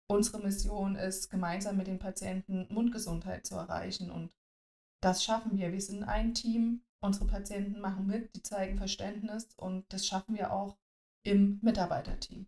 unsere Mission ist, gemeinsam mit den Patienten Mundgesundheit zu erreichen. Und das schaffen wir. Wir sind ein Team. Unsere Patienten machen mit, die zeigen Verständnis und das schaffen wir auch im Mitarbeiterteam.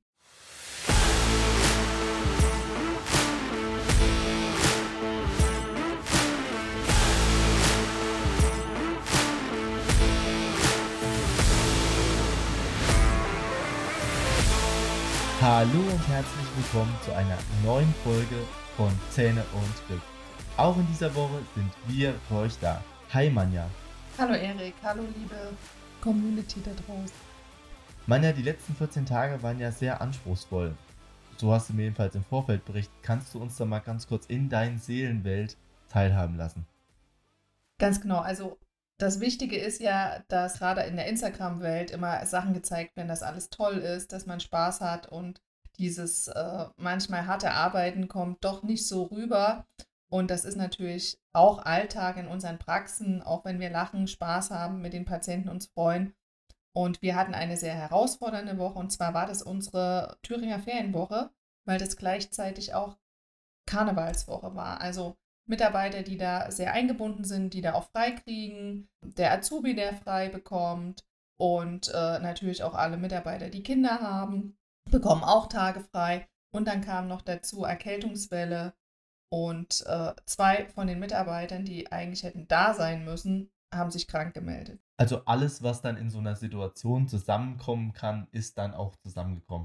Hallo und herzlich willkommen zu einer neuen Folge von Zähne und Glück. Auch in dieser Woche sind wir für euch da. Hi Manja. Hallo Erik, hallo liebe Community da draußen. Manja, die letzten 14 Tage waren ja sehr anspruchsvoll. So hast du mir jedenfalls im Vorfeld berichtet. Kannst du uns da mal ganz kurz in deine Seelenwelt teilhaben lassen? Ganz genau, also das Wichtige ist ja, dass gerade in der Instagram-Welt immer Sachen gezeigt werden, dass alles toll ist, dass man Spaß hat und dieses manchmal harte Arbeiten kommt doch nicht so rüber. Und das ist natürlich auch Alltag in unseren Praxen, auch wenn wir lachen, Spaß haben, mit den Patienten uns freuen. Und wir hatten eine sehr herausfordernde Woche und zwar war das unsere Thüringer Ferienwoche, weil das gleichzeitig auch Karnevalswoche war. Also Mitarbeiter, die da sehr eingebunden sind, die da auch frei kriegen, der Azubi, der frei bekommt und natürlich auch alle Mitarbeiter, die Kinder haben, bekommen auch Tage frei. Und dann kam noch dazu Erkältungswelle und zwei von den Mitarbeitern, die eigentlich hätten da sein müssen, haben sich krank gemeldet. Also alles, was dann in so einer Situation zusammenkommen kann, ist dann auch zusammengekommen.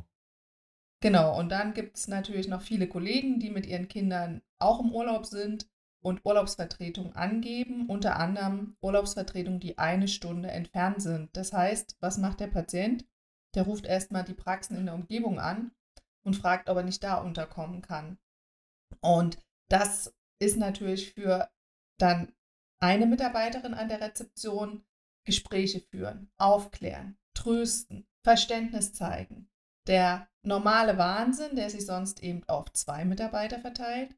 Genau, und dann gibt es natürlich noch viele Kollegen, die mit ihren Kindern auch im Urlaub sind und Urlaubsvertretung angeben, unter anderem Urlaubsvertretungen, die eine Stunde entfernt sind. Das heißt, was macht der Patient? Der ruft erstmal die Praxen in der Umgebung an und fragt, ob er nicht da unterkommen kann. Und das ist natürlich für dann eine Mitarbeiterin an der Rezeption Gespräche führen, aufklären, trösten, Verständnis zeigen. Der normale Wahnsinn, der sich sonst eben auf zwei Mitarbeiter verteilt,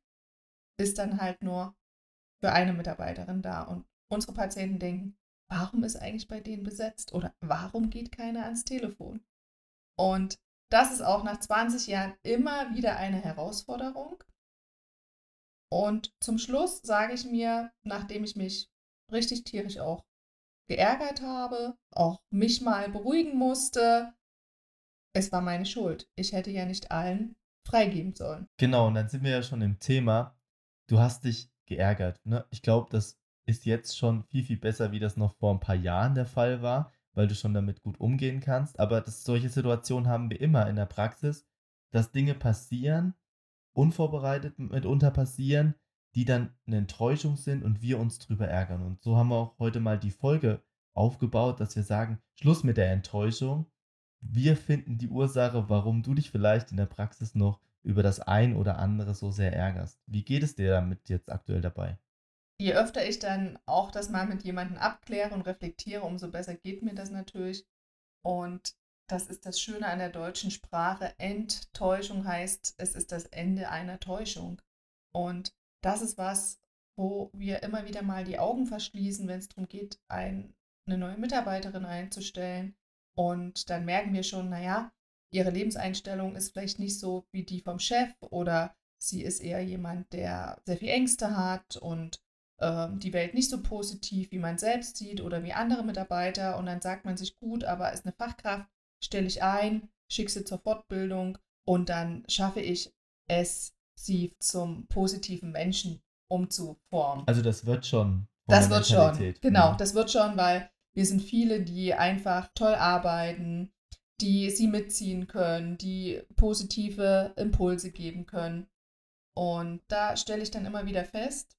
ist dann halt nur für eine Mitarbeiterin da. Und unsere Patienten denken, warum ist eigentlich bei denen besetzt? Oder warum geht keiner ans Telefon? Und das ist auch nach 20 Jahren immer wieder eine Herausforderung. Und zum Schluss sage ich mir, nachdem ich mich richtig tierisch auch geärgert habe, auch mich mal beruhigen musste, es war meine Schuld. Ich hätte ja nicht allen freigeben sollen. Genau, und dann sind wir ja schon im Thema. Du hast dich geärgert, ne? Ich glaube, das ist jetzt schon viel, viel besser, wie das noch vor ein paar Jahren der Fall war, weil du schon damit gut umgehen kannst. Aber solche Situationen haben wir immer in der Praxis, dass Dinge passieren, unvorbereitet mitunter passieren, die dann eine Enttäuschung sind und wir uns drüber ärgern. Und so haben wir auch heute mal die Folge aufgebaut, dass wir sagen, Schluss mit der Enttäuschung. Wir finden die Ursache, warum du dich vielleicht in der Praxis noch über das ein oder andere so sehr ärgerst. Wie geht es dir damit jetzt aktuell dabei? Je öfter ich dann auch das mal mit jemandem abkläre und reflektiere, umso besser geht mir das natürlich. Und das ist das Schöne an der deutschen Sprache. Enttäuschung heißt, es ist das Ende einer Täuschung. Und das ist was, wo wir immer wieder mal die Augen verschließen, wenn es darum geht, eine neue Mitarbeiterin einzustellen. Und dann merken wir schon, naja, ihre Lebenseinstellung ist vielleicht nicht so wie die vom Chef oder sie ist eher jemand, der sehr viel Ängste hat und die Welt nicht so positiv, wie man selbst sieht oder wie andere Mitarbeiter. Und dann sagt man sich, gut, aber ist eine Fachkraft, stelle ich ein, schicke sie zur Fortbildung und dann schaffe ich es, sie zum positiven Menschen umzuformen. Also das wird schon von der Das wird schon, Mentalität. genau, Mhm. das wird schon, weil wir sind viele, die einfach toll arbeiten, die sie mitziehen können, die positive Impulse geben können. Und da stelle ich dann immer wieder fest,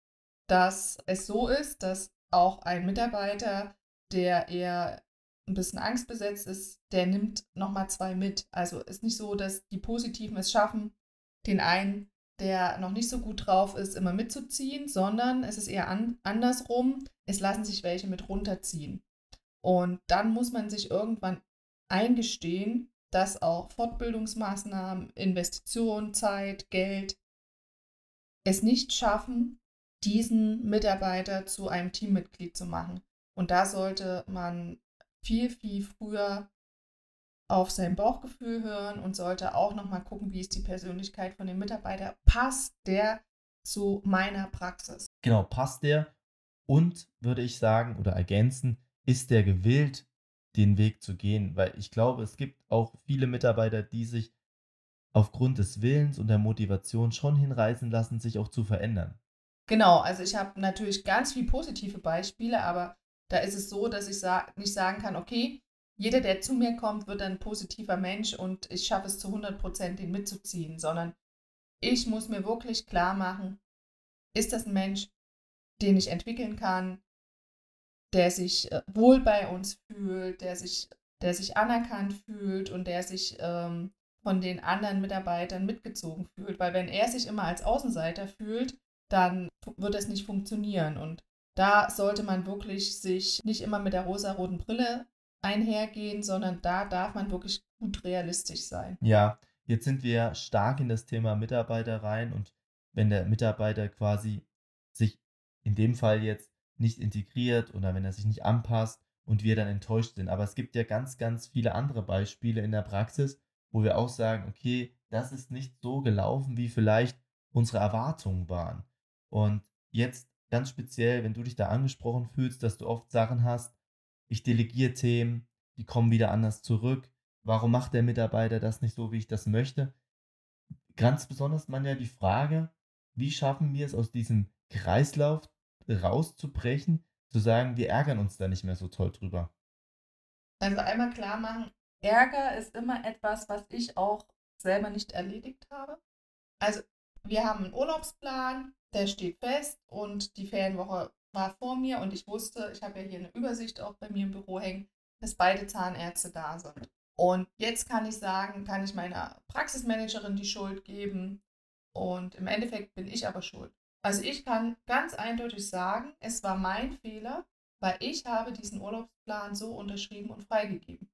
dass es so ist, dass auch ein Mitarbeiter, der eher ein bisschen angstbesetzt ist, der nimmt nochmal zwei mit. Also ist nicht so, dass die Positiven es schaffen, den einen, der noch nicht so gut drauf ist, immer mitzuziehen, sondern es ist eher andersrum. Es lassen sich welche mit runterziehen. Und dann muss man sich irgendwann eingestehen, dass auch Fortbildungsmaßnahmen, Investitionen, Zeit, Geld es nicht schaffen, diesen Mitarbeiter zu einem Teammitglied zu machen. Und da sollte man viel, viel früher auf sein Bauchgefühl hören und sollte auch nochmal gucken, wie ist die Persönlichkeit von dem Mitarbeiter. Passt der zu meiner Praxis? Genau, passt der? Und würde ich sagen oder ergänzen, ist der gewillt, den Weg zu gehen? Weil ich glaube, es gibt auch viele Mitarbeiter, die sich aufgrund des Willens und der Motivation schon hinreißen lassen, sich auch zu verändern. Genau, also ich habe natürlich ganz viele positive Beispiele, aber da ist es so, dass ich nicht sagen kann, okay, jeder, der zu mir kommt, wird ein positiver Mensch und ich schaffe es zu 100%, den mitzuziehen, sondern ich muss mir wirklich klar machen, ist das ein Mensch, den ich entwickeln kann, der sich wohl bei uns fühlt, der sich anerkannt fühlt und der sich von den anderen Mitarbeitern mitgezogen fühlt. Weil wenn er sich immer als Außenseiter fühlt, dann wird das nicht funktionieren. Und da sollte man wirklich sich nicht immer mit der rosaroten Brille einhergehen, sondern da darf man wirklich gut realistisch sein. Ja, jetzt sind wir ja stark in das Thema Mitarbeiter rein und wenn der Mitarbeiter quasi sich in dem Fall jetzt nicht integriert oder wenn er sich nicht anpasst und wir dann enttäuscht sind. Aber es gibt ja ganz, ganz viele andere Beispiele in der Praxis, wo wir auch sagen, okay, das ist nicht so gelaufen, wie vielleicht unsere Erwartungen waren. Und jetzt ganz speziell, wenn du dich da angesprochen fühlst, dass du oft Sachen hast, ich delegiere Themen, die kommen wieder anders zurück. Warum macht der Mitarbeiter das nicht so, wie ich das möchte? Ganz besonders man ja die Frage, wie schaffen wir es aus diesem Kreislauf rauszubrechen, zu sagen, wir ärgern uns da nicht mehr so toll drüber. Also einmal klar machen, Ärger ist immer etwas, was ich auch selber nicht erledigt habe. Also, wir haben einen Urlaubsplan, der steht fest und die Ferienwoche war vor mir und ich wusste, ich habe ja hier eine Übersicht auch bei mir im Büro hängen, dass beide Zahnärzte da sind. Und jetzt kann ich sagen, kann ich meiner Praxismanagerin die Schuld geben und im Endeffekt bin ich aber schuld. Also ich kann ganz eindeutig sagen, es war mein Fehler, weil ich habe diesen Urlaubsplan so unterschrieben und freigegeben.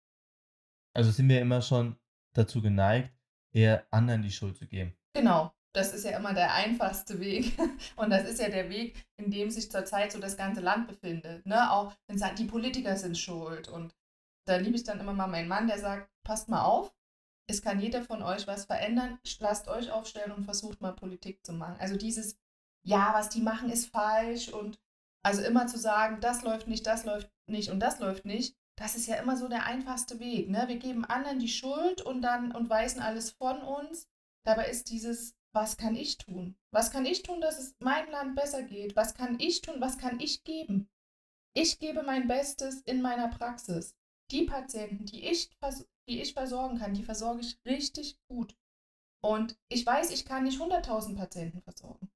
Also sind wir immer schon dazu geneigt, eher anderen die Schuld zu geben. Genau, das ist ja immer der einfachste Weg. Und das ist ja der Weg, in dem sich zurzeit so das ganze Land befindet. Ne? Auch wenn es sagt, die Politiker sind schuld. Und da liebe ich dann immer mal meinen Mann, der sagt, passt mal auf, es kann jeder von euch was verändern, lasst euch aufstellen und versucht mal Politik zu machen. Also dieses, ja, was die machen, ist falsch und also immer zu sagen, das läuft nicht und das läuft nicht, das ist ja immer so der einfachste Weg. Ne? Wir geben anderen die Schuld und weisen alles von uns. Dabei ist dieses, was kann ich tun? Was kann ich tun, dass es meinem Land besser geht? Was kann ich tun? Was kann ich geben? Ich gebe mein Bestes in meiner Praxis. Die Patienten, die ich versorgen kann, die versorge ich richtig gut. Und ich weiß, ich kann nicht 100.000 Patienten versorgen.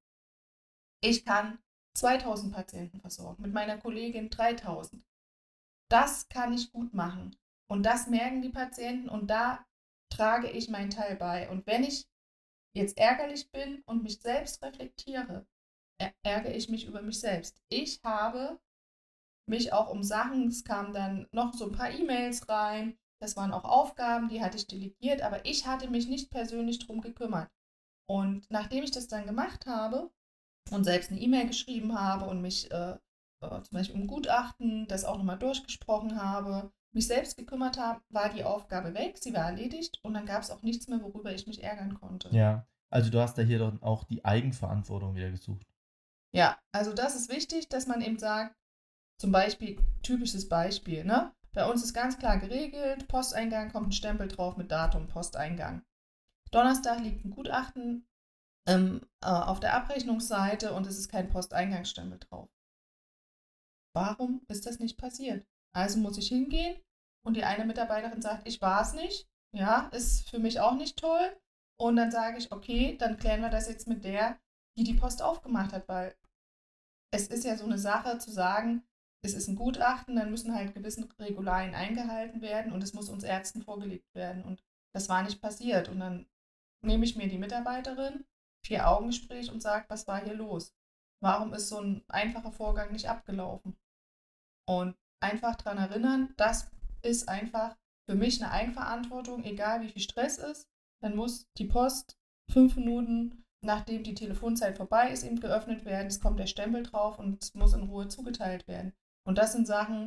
Ich kann 2.000 Patienten versorgen, mit meiner Kollegin 3.000. Das kann ich gut machen. Und das merken die Patienten und da trage ich meinen Teil bei. Und wenn ich jetzt ärgerlich bin und mich selbst reflektiere, ärgere ich mich über mich selbst. Ich habe mich auch um Sachen, es kamen dann noch so ein paar E-Mails rein, das waren auch Aufgaben, die hatte ich delegiert, aber ich hatte mich nicht persönlich drum gekümmert. Und nachdem ich das dann gemacht habe und selbst eine E-Mail geschrieben habe und mich zum Beispiel um Gutachten das auch nochmal durchgesprochen habe, mich selbst gekümmert habe, war die Aufgabe weg, sie war erledigt und dann gab es auch nichts mehr, worüber ich mich ärgern konnte. Ja, also du hast da hier doch auch die Eigenverantwortung wieder gesucht. Ja, also das ist wichtig, dass man eben sagt, zum Beispiel, typisches Beispiel, ne? Bei uns ist ganz klar geregelt, Posteingang kommt ein Stempel drauf mit Datum, Posteingang. Donnerstag liegt ein Gutachten auf der Abrechnungsseite und es ist kein Posteingangsstempel drauf. Warum ist das nicht passiert? Also muss ich hingehen und die eine Mitarbeiterin sagt, ich war es nicht. Ja, ist für mich auch nicht toll. Und dann sage ich, okay, dann klären wir das jetzt mit der, die die Post aufgemacht hat, weil es ist ja so eine Sache zu sagen, es ist ein Gutachten, dann müssen halt gewisse Regularien eingehalten werden und es muss uns Ärzten vorgelegt werden. Und das war nicht passiert. Und dann nehme ich mir die Mitarbeiterin, 4-Augen-Gespräch und sage, was war hier los? Warum ist so ein einfacher Vorgang nicht abgelaufen? Und einfach daran erinnern, das ist einfach für mich eine Eigenverantwortung, egal wie viel Stress ist, dann muss die Post 5 Minuten, nachdem die Telefonzeit vorbei ist, eben geöffnet werden. Es kommt der Stempel drauf und es muss in Ruhe zugeteilt werden. Und das sind Sachen,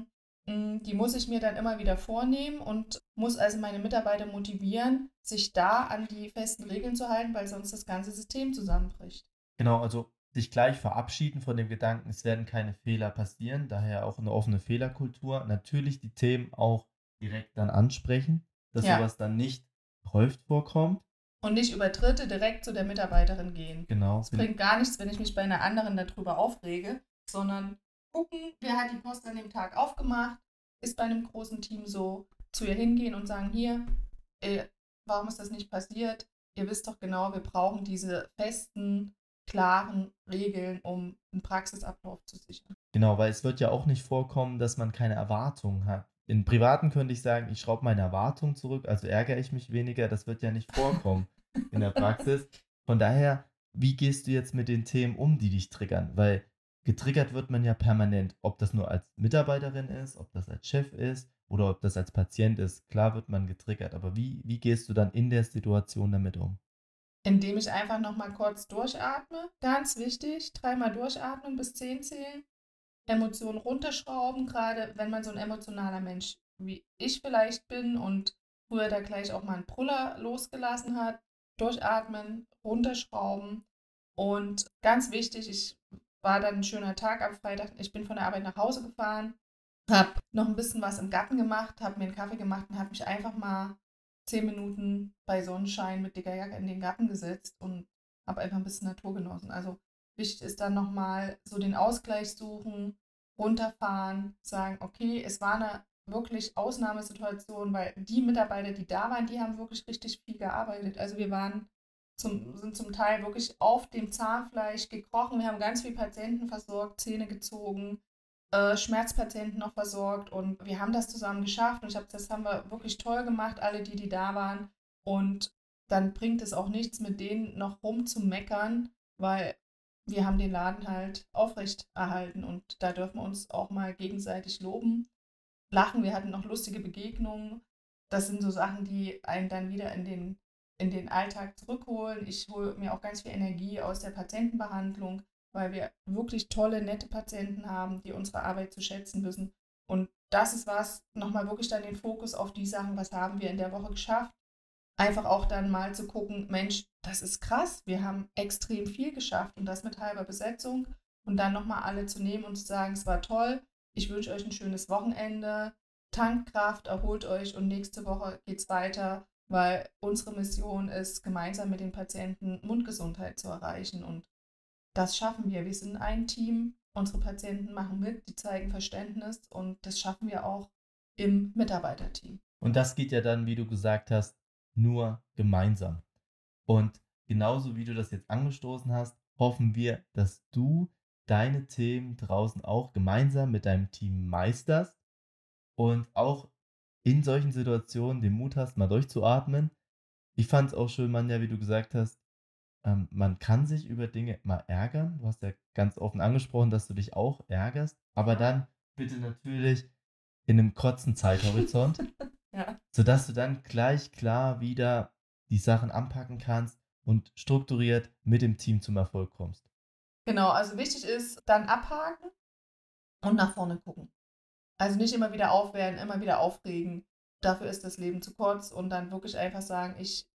Die muss ich mir dann immer wieder vornehmen und muss also meine Mitarbeiter motivieren, sich da an die festen Regeln zu halten, weil sonst das ganze System zusammenbricht. Genau, also sich gleich verabschieden von dem Gedanken, es werden keine Fehler passieren, daher auch eine offene Fehlerkultur. Natürlich die Themen auch direkt dann ansprechen, dass Ja, sowas dann nicht häufig vorkommt. und nicht über Dritte direkt zu der Mitarbeiterin gehen. Genau, Es bringt gar nichts, wenn ich mich bei einer anderen darüber aufrege, sondern gucken, wer hat die Post an dem Tag aufgemacht, ist bei einem großen Team so, zu ihr hingehen und sagen, hier, äh, warum ist das nicht passiert? Ihr wisst doch genau, wir brauchen diese festen, klaren Regeln, um einen Praxisablauf zu sichern. genau, weil es wird ja auch nicht vorkommen, dass man keine Erwartungen hat. In Privaten könnte ich sagen, ich schraube meine Erwartungen zurück, also ärgere ich mich weniger. Das wird ja nicht vorkommen in der Praxis. Von daher, wie gehst du jetzt mit den Themen um, die dich triggern? Weil getriggert wird man ja permanent, ob das nur als Mitarbeiterin ist, ob das als Chef ist oder ob das als Patient ist. Klar wird man getriggert, aber wie gehst du dann in der Situation damit um? Indem ich einfach nochmal kurz durchatme. Ganz wichtig, dreimal durchatmen bis 10 zählen. Emotionen runterschrauben, gerade wenn man so ein emotionaler Mensch wie ich vielleicht bin und früher da gleich auch mal einen Brüller losgelassen hat. Durchatmen, runterschrauben. Und ganz wichtig, ich war dann ein schöner Tag am Freitag. Ich bin von der Arbeit nach Hause gefahren, habe noch ein bisschen was im Garten gemacht, habe mir einen Kaffee gemacht und habe mich einfach mal 10 Minuten bei Sonnenschein mit dicker Jacke in den Garten gesetzt und habe einfach ein bisschen Natur genossen. Also wichtig ist dann nochmal so den Ausgleich suchen, runterfahren, sagen, okay, es war eine wirklich Ausnahmesituation, weil die Mitarbeiter, die da waren, die haben wirklich richtig viel gearbeitet. Also wir sind zum Teil wirklich auf dem Zahnfleisch gekrochen. Wir haben ganz viele Patienten versorgt, Zähne gezogen, Schmerzpatienten noch versorgt und wir haben das zusammen geschafft und das haben wir wirklich toll gemacht, alle die da waren. Und dann bringt es auch nichts, mit denen noch rumzumeckern, weil wir haben den Laden halt aufrecht erhalten und da dürfen wir uns auch mal gegenseitig loben, lachen. Wir hatten noch lustige Begegnungen. Das sind so Sachen, die einen dann wieder in den Alltag zurückholen. Ich hole mir auch ganz viel Energie aus der Patientenbehandlung, weil wir wirklich tolle, nette Patienten haben, die unsere Arbeit zu schätzen wissen. Und das ist was, nochmal wirklich dann den Fokus auf die Sachen, was haben wir in der Woche geschafft. Einfach auch dann mal zu gucken, Mensch, das ist krass, wir haben extrem viel geschafft und das mit halber Besetzung. Und dann nochmal alle zu nehmen und zu sagen, es war toll, ich wünsche euch ein schönes Wochenende, tankt Kraft, erholt euch und nächste Woche geht's weiter, weil unsere Mission ist, gemeinsam mit den Patienten Mundgesundheit zu erreichen. Und das schaffen wir. Wir sind ein Team, unsere Patienten machen mit, die zeigen Verständnis und das schaffen wir auch im Mitarbeiterteam. Und das geht ja dann, wie du gesagt hast, nur gemeinsam. Und genauso wie du das jetzt angestoßen hast, hoffen wir, dass du deine Themen draußen auch gemeinsam mit deinem Team meisterst und auch in solchen Situationen den Mut hast, mal durchzuatmen. Ich fand es auch schön, Manja, wie du gesagt hast, man kann sich über Dinge mal ärgern. Du hast ja ganz offen angesprochen, dass du dich auch ärgerst, aber Ja. dann bitte natürlich in einem kurzen Zeithorizont, Ja. sodass du dann gleich klar wieder die Sachen anpacken kannst und strukturiert mit dem Team zum Erfolg kommst. Genau, also wichtig ist, dann abhaken und nach vorne gucken. Also nicht immer wieder aufwehren, immer wieder aufregen. Dafür ist das Leben zu kurz und dann wirklich einfach sagen, ich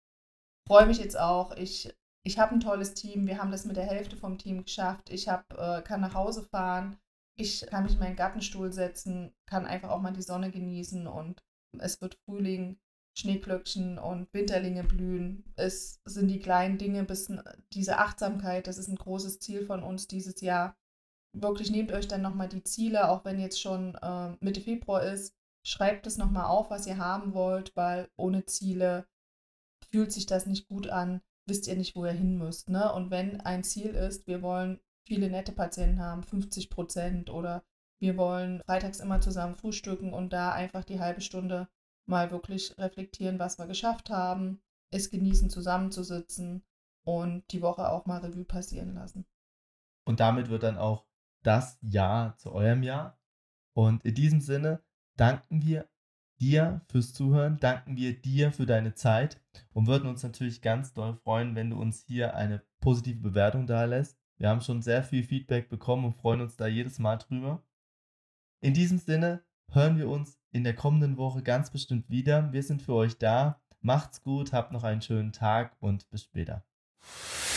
freue mich jetzt auch, ich habe ein tolles Team, wir haben das mit der Hälfte vom Team geschafft, kann nach Hause fahren, ich kann mich in meinen Gartenstuhl setzen, kann einfach auch mal die Sonne genießen und es wird Frühling, Schneeglöckchen und Winterlinge blühen. Es sind die kleinen Dinge, diese Achtsamkeit, das ist ein großes Ziel von uns dieses Jahr. Wirklich nehmt euch dann nochmal die Ziele, auch wenn jetzt schon Mitte Februar ist, schreibt es nochmal auf, was ihr haben wollt, weil ohne Ziele fühlt sich das nicht gut an, wisst ihr nicht, wo ihr hin müsst. Ne? Und wenn ein Ziel ist, wir wollen viele nette Patienten haben, 50% oder wir wollen freitags immer zusammen frühstücken und da einfach die halbe Stunde mal wirklich reflektieren, was wir geschafft haben, es genießen, zusammenzusitzen und die Woche auch mal Revue passieren lassen. Und damit wird dann auch das Jahr zu eurem Jahr. Und in diesem Sinne danken wir dir fürs Zuhören, danken wir dir für deine Zeit und würden uns natürlich ganz doll freuen, wenn du uns hier eine positive Bewertung dalässt. Wir haben schon sehr viel Feedback bekommen und freuen uns da jedes Mal drüber. In diesem Sinne, hören wir uns in der kommenden Woche ganz bestimmt wieder. Wir sind für euch da. Macht's gut, habt noch einen schönen Tag und bis später.